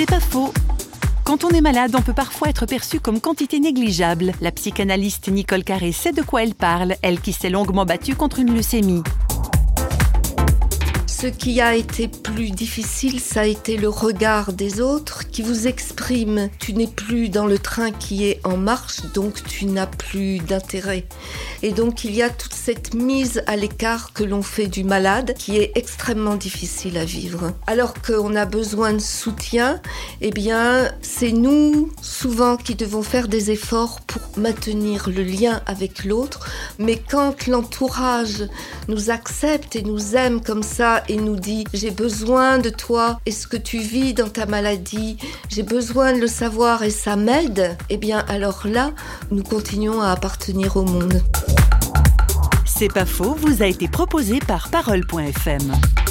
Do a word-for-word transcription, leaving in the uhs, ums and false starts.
C'est pas faux. Quand on est malade, on peut parfois être perçu comme quantité négligeable. La psychanalyste Nicole Carré sait de quoi elle parle, elle qui s'est longuement battue contre une leucémie. Ce qui a été plus difficile, ça a été le regard des autres qui vous expriment. Tu n'es plus dans le train qui est en marche, donc tu n'as plus d'intérêt. Et donc il y a toute cette mise à l'écart que l'on fait du malade qui est extrêmement difficile à vivre. Alors qu'on a besoin de soutien, eh bien c'est nous souvent qui devons faire des efforts pour maintenir le lien avec l'autre. Mais quand l'entourage nous accepte et nous aime comme ça et nous dit « j'ai besoin de toi et ce que tu vis dans ta maladie, j'ai besoin de le savoir et ça m'aide », eh bien alors là, nous continuons à appartenir au monde. C'est pas faux, vous a été proposé par Parole point F M.